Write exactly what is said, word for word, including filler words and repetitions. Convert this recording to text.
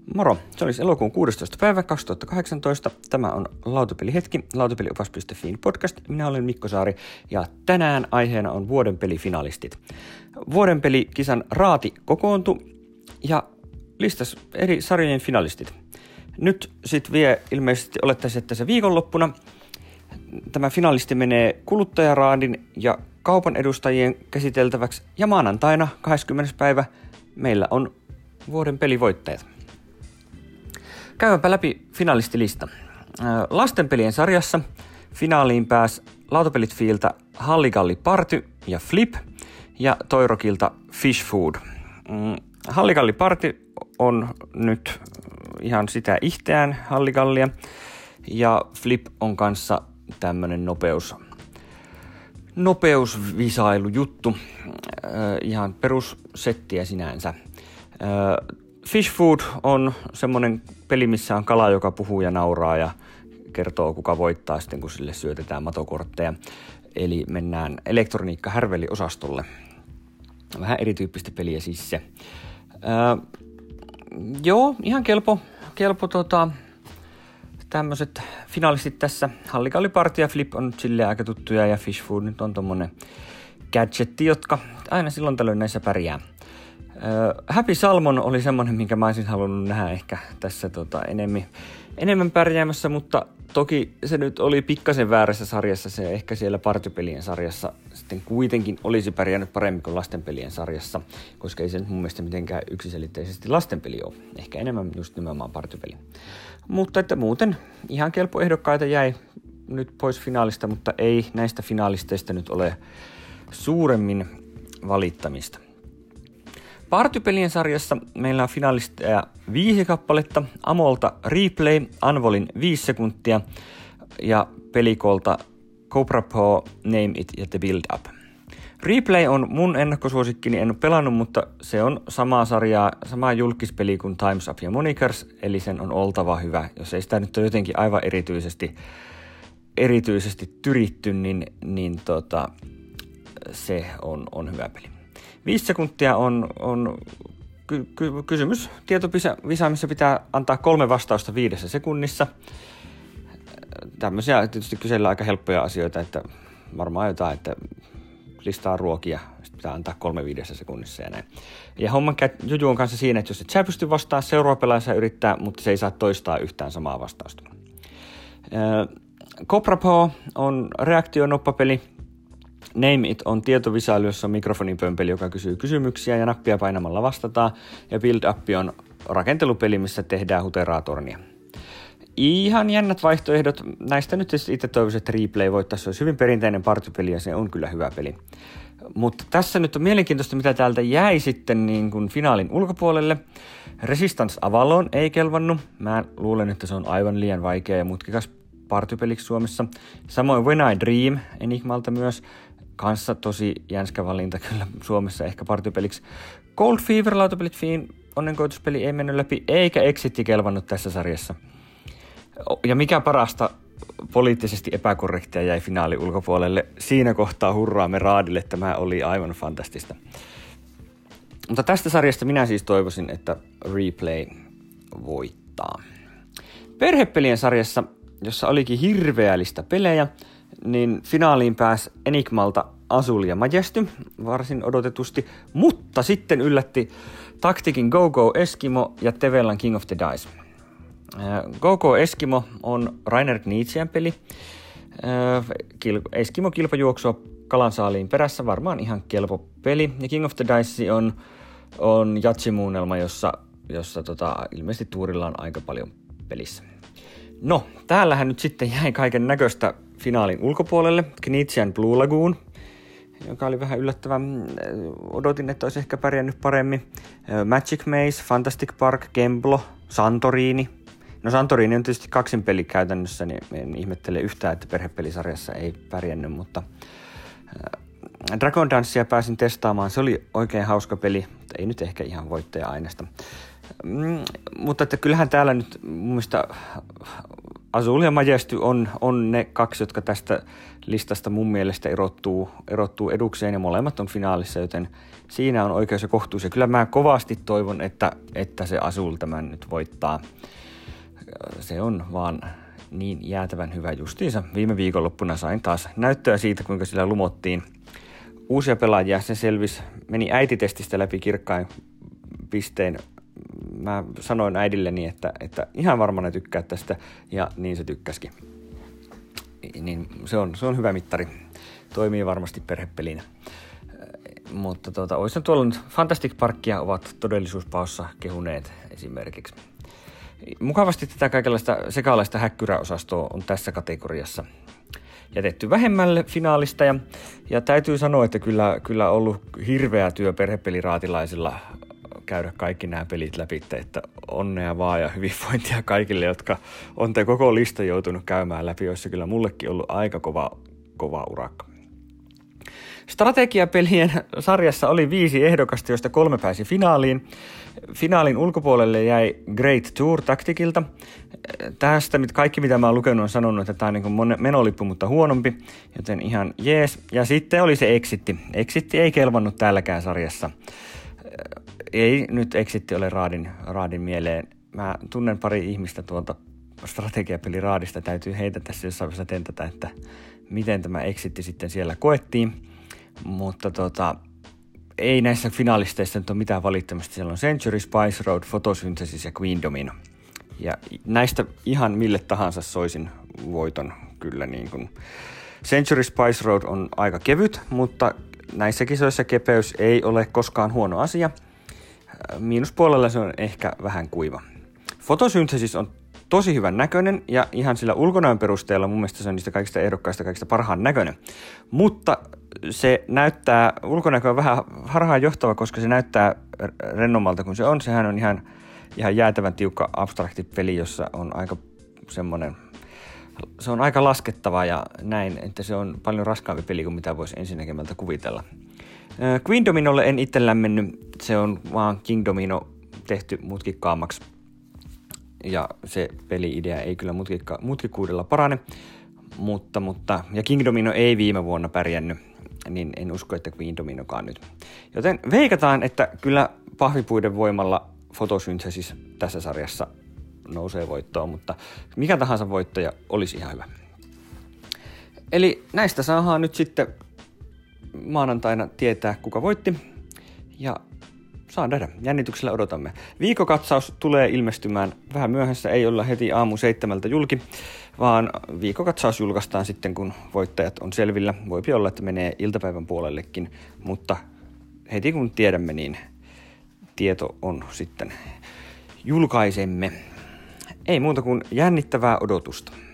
Moro, se olisi elokuun kuudestoista päivä kaksituhattakahdeksantoista. Tämä on Lautapelihetki, lautapeliopas piste fiin podcast. Minä olen Mikko Saari ja tänään aiheena on vuoden pelifinalistit. Vuoden pelikisan raati kokoontui ja listas eri sarjojen finalistit. Nyt sitten vie ilmeisesti olettaisiin, että se viikonloppuna tämä finalisti menee kuluttajaraadin ja kaupan edustajien käsiteltäväksi ja maanantaina kahdeskymmenes päivä meillä on vuoden pelivoittajat. Käydäänpä läpi finalistilista. Lastenpelien sarjassa finaaliin pääsi Lautapelit Fiiltä Halligalli Party ja Flip ja Toirokilta Fish Food. Halligalli Party on nyt ihan sitä ihteään Halligallia ja Flip on kanssa tämmönen nopeus, nopeusvisailujuttu. Ihan perussettiä sinänsä. Fish Food on semmoinen peli, missä on kala, joka puhuu ja nauraa ja kertoo, kuka voittaa sitten, kun sille syötetään matokortteja. Eli mennään elektroniikka-härveli-osastolle. Vähän erityyppistä peliä siis se. Öö, joo, ihan kelpo, kelpo tota, tämmöiset finalistit tässä. Halligalli Party ja Flip on nyt silleen aika tuttuja ja Fish Food nyt on tommonen gadgetti, jotka aina silloin tällöin näissä pärjää. Uh, Happy Salmon oli semmoinen, minkä mä olisin halunnut nähdä ehkä tässä tota, enemmän, enemmän pärjäämässä, mutta toki se nyt oli pikkasen väärässä sarjassa, se ehkä siellä partypelien sarjassa sitten kuitenkin olisi pärjännyt paremmin kuin lastenpelien sarjassa, koska ei se nyt mun mielestä mitenkään yksiselitteisesti lastenpeli ole, ehkä enemmän just nimenomaan partypeli. Mutta että muuten ihan kelpo ehdokkaita jäi nyt pois finaalista, mutta ei näistä finaalisteista nyt ole suuremmin valittamista. Partypelien sarjassa meillä on finalisteja viisi kappaletta, Amolta Replay, Anvolin viisi sekuntia ja Pelikolta Cobra Paw, Name It ja The Build Up. Replay on mun ennakkosuosikkini, en ole pelannut, mutta se on samaa sarjaa, samaa julkispeli kuin Time's Up ja Monikers, eli sen on oltava hyvä. Jos ei sitä nyt ole jotenkin aivan erityisesti, erityisesti tyritty, niin, niin tota, se on, on hyvä peli. Viisi sekuntia on, on ky- ky- kysymys tietovisa, missä pitää antaa kolme vastausta viidessä sekunnissa. Tämmöisiä tietysti kysellä aika helppoja asioita, että varmaan jotain, että listaa ruokia, sitten pitää antaa kolme viidessä sekunnissa ja näin. Ja homman juju on kanssa siinä, että jos et sä pysty vastaamaan, seuraava pelaaja saa yrittää, mutta se ei saa toistaa yhtään samaa vastausta. Cobra Paw on reaktionoppapeli. Name It on tietovisailu, jossa on mikrofonipömpeli, joka kysyy kysymyksiä ja nappia painamalla vastataan. Ja Build Up on rakentelupeli, missä tehdään huteraatornia. Ihan jännät vaihtoehdot. Näistä nyt itse toivoisin, että Replay voittaisi. Se olisi hyvin perinteinen partypeli ja se on kyllä hyvä peli. Mutta tässä nyt on mielenkiintoista, mitä täältä jäi sitten niin kuin finaalin ulkopuolelle. Resistance Avalon ei kelvannut. Mä luulen, että se on aivan liian vaikea ja mutkikas partypeliksi Suomessa. Samoin When I Dream Enigmalta myös. Kanssa tosi jänskä valinta kyllä Suomessa ehkä partypeliksi. Cold Fever Lautapelit Fiin onnenkoituspeli ei mennyt läpi, eikä Exitti kelvannut tässä sarjassa. Ja mikä parasta, poliittisesti epäkorrektia jäi finaali ulkopuolelle. Siinä kohtaa hurraamme raadille, tämä oli aivan fantastista. Mutta tästä sarjasta minä siis toivoisin, että Replay voittaa. Perhepelien sarjassa, jossa olikin hirveä lista pelejä, niin finaaliin pääsi Enigmalta Azul ja Majesty varsin odotetusti, mutta sitten yllätti Tacticin Go Go Eskimo ja Tevelan King of the Dice. Go Go Eskimo on Rainer Knizian peli. Eskimo kilpajuoksua kalansaaliin perässä, varmaan ihan kelpo peli. Ja King of the Dice on, on jatsimuunnelma, jossa, jossa tota, ilmeisesti tuurilla on aika paljon pelissä. No, täällähän nyt sitten jäi kaiken näköistä finaalin ulkopuolelle. Knizian Blue Lagoon, joka oli vähän yllättävä. Odotin, että olisi ehkä pärjännyt paremmin. Magic Maze, Fantastic Park, Gemblo, Santorini. No Santorini on tietysti kaksin peli käytännössä, niin en ihmettele yhtään, että perhepelisarjassa ei pärjännyt, mutta Dragon Dancea pääsin testaamaan. Se oli oikein hauska peli, mutta ei nyt ehkä ihan voittaja-aineesta. Mm, mutta että kyllähän täällä nyt mun mielestä Azul ja Majesty on, on ne kaksi, jotka tästä listasta mun mielestä erottuu, erottuu edukseen ja molemmat on finaalissa, joten siinä on oikeus ja kohtuus. Ja kyllä mä kovasti toivon, että, että se Azul tämän nyt voittaa. Se on vaan niin jäätävän hyvä justiinsa. Viime viikonloppuna sain taas näyttöä siitä, kuinka sillä lumottiin uusia pelaajia. Se selvisi, meni äititestistä läpi kirkkain pistein. Mä sanoin äidilleni, että, että ihan varmaan tykkää tästä, ja niin se tykkäskin. Niin se on, se on hyvä mittari. Toimii varmasti perhepelinä. Mutta tuota, olisin tuolla nyt Fantastic Parkia ovat todellisuuspaossa kehuneet esimerkiksi. Mukavasti tätä kaikenlaista sekaalaista häkkyräosastoa on tässä kategoriassa jätetty vähemmälle finaalista. Ja, ja täytyy sanoa, että kyllä, kyllä ollut hirveä työ perhepeliraatilaisilla käydä kaikki nämä pelit läpi, että onnea vaan ja hyvinvointia kaikille, jotka on te koko lista joutunut käymään läpi, joissa kyllä mullekin ollut aika kova, kova urakka. Strategiapelien sarjassa oli viisi ehdokasta, joista kolme pääsi finaaliin. Finaalin ulkopuolelle jäi Great Tour Tacticilta. Tästä kaikki, mitä mä oon lukenut, on sanonut, että tämä on niin kuin menolippu, mutta huonompi, joten ihan jees. Ja sitten oli se Exitti. Exitti ei kelvannut täälläkään sarjassa. Ei nyt Exitti ole raadin, raadin mieleen. Mä tunnen pari ihmistä tuolta strategiapeliraadista. Täytyy heitä tässä jossain vaiheessa tentata, että miten tämä Exitti sitten siellä koettiin. Mutta tota, ei näissä finaalisteissa nyt ole mitään valittamista. Siellä on Century, Spice Road, Photosynthesis ja Queen Domino. Ja näistä ihan mille tahansa soisin voiton kyllä. Niin kuin. Century Spice Road on aika kevyt, mutta näissä kisoissa kepeys ei ole koskaan huono asia. Miinuspuolella se on ehkä vähän kuiva. Photosynthesis on tosi hyvän näköinen ja ihan sillä ulkonäön perusteella mun mielestä se on niistä kaikista ehdokkaista kaikista parhaan näköinen. Mutta se näyttää, ulkonäkö on vähän harhaan johtava, koska se näyttää rennommalta kuin se on. Sehän on ihan, ihan jäätävän tiukka abstrakti peli, jossa on aika semmoinen, se on aika laskettava ja näin, että se on paljon raskaampi peli kuin mitä voisi ensinnäkemältä kuvitella. Queen Dominolle en itse lämmennyt, se on vaan King Domino tehty mutkikkaammaksi. Ja se peli-idea ei kyllä mutkikka, mutkikuudella parane, mutta, mutta, ja King Domino ei viime vuonna pärjännyt, niin en usko, että Queen Dominokaan nyt. Joten veikataan, että kyllä pahvipuiden voimalla Photosynthesis tässä sarjassa nousee voittoon, mutta mikä tahansa voittaja olisi ihan hyvä. Eli näistä saadaan nyt sitten maanantaina tietää, kuka voitti, ja saa nähdä. Jännityksellä odotamme. Viikokatsaus tulee ilmestymään vähän myöhässä, ei olla heti aamu seitsemältä julki, vaan viikokatsaus julkaistaan sitten, kun voittajat on selvillä. Voipi olla, että menee iltapäivän puolellekin, mutta heti kun tiedämme, niin tieto on sitten julkaisemme. Ei muuta kuin jännittävää odotusta.